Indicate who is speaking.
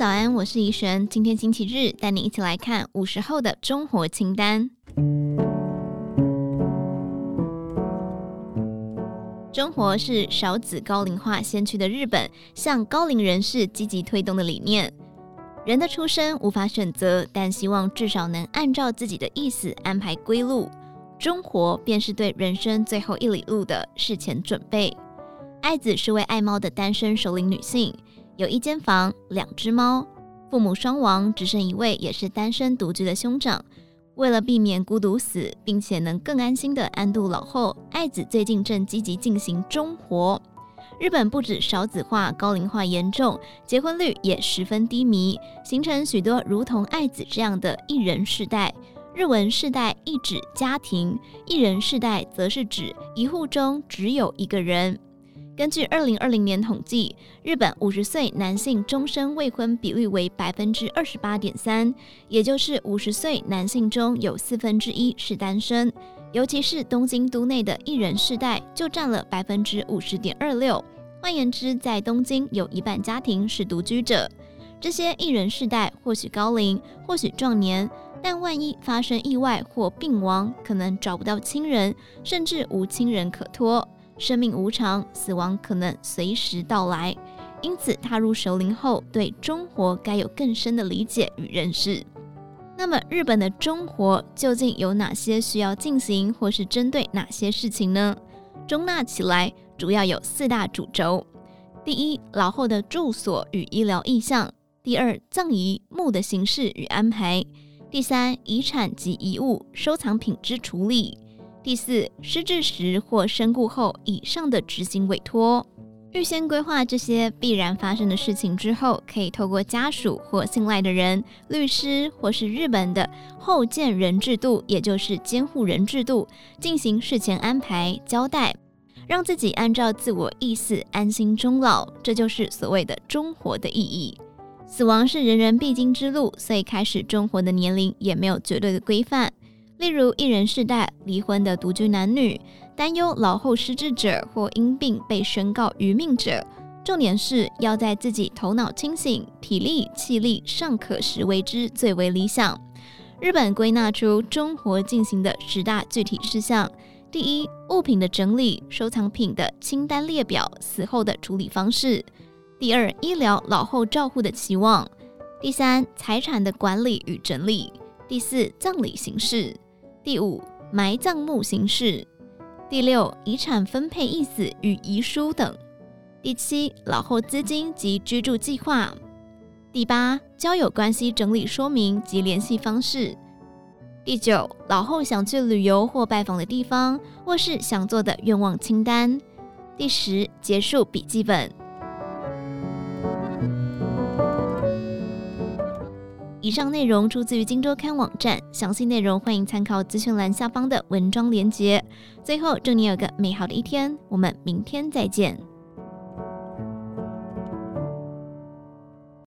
Speaker 1: 早安，我是怡璇。今天星期日，带你一起来看50后的中活清单。中活是少子高龄化先驱的日本向高龄人士积极推动的理念。人的出生无法选择，但希望至少能按照自己的意思安排归路。中活便是对人生最后一里路的事前准备。爱子是位爱猫的单身首领女性，有1间房，2只猫，父母双亡，只剩一位也是单身独居的兄长。为了避免孤独死，并且能更安心地安度老后，爱子最近正积极进行中活。日本不止少子化、高龄化严重，结婚率也十分低迷，形成许多如同爱子这样的一人世代。日文世代意指家庭，一人世代则是指一户中只有一个人。根据2020年统计，日本50岁男性终身未婚比率为 28.3%， 也就是50岁男性中有1/4是单身，尤其是东京都内的一人世代就占了 50.26%。 换言之，在东京有1半家庭是独居者。这些一人世代或许高龄，或许壮年，但万一发生意外或病亡，可能找不到亲人，甚至无亲人可托。生命无常，死亡可能随时到来，因此踏入熟龄后，对中活该有更深的理解与认识。那么日本的中活究竟有哪些需要进行，或是针对哪些事情呢？归纳起来主要有4大主轴。第一，老后的住所与医疗意向；第二，葬仪墓的形式与安排；第三，遗产及遗物收藏品之处理；第四，失智时或身故后以上的执行委托。预先规划这些必然发生的事情之后，可以透过家属或信赖的人、律师或是日本的后见人制度，也就是监护人制度，进行事前安排交代，让自己按照自我意思安心终老，这就是所谓的中活的意义。死亡是人人必经之路，所以开始中活的年龄也没有绝对的规范。例如一人世代、离婚的独居男女、担忧老后失智者或因病被宣告余命者，重点是要在自己头脑清醒、体力气力尚可时为之最为理想。日本归纳出中活进行的10大具体事项：第一，物品的整理、收藏品的清单列表、死后的处理方式；第二，医疗老后照护的期望；第三，财产的管理与整理；第四，葬礼形式；第五，埋葬墓形式；第六，遗产分配意思与遗书等；第七，老后资金及居住计划；第八，交友关系整理说明及联系方式；第九，老后想去旅游或拜访的地方，或是想做的愿望清单；第10，结束笔记本。以上内容出自于今周刊网站，详细内容欢迎参考资讯栏下方的文章连结。最后，祝你有个美好的一天，我们明天再见。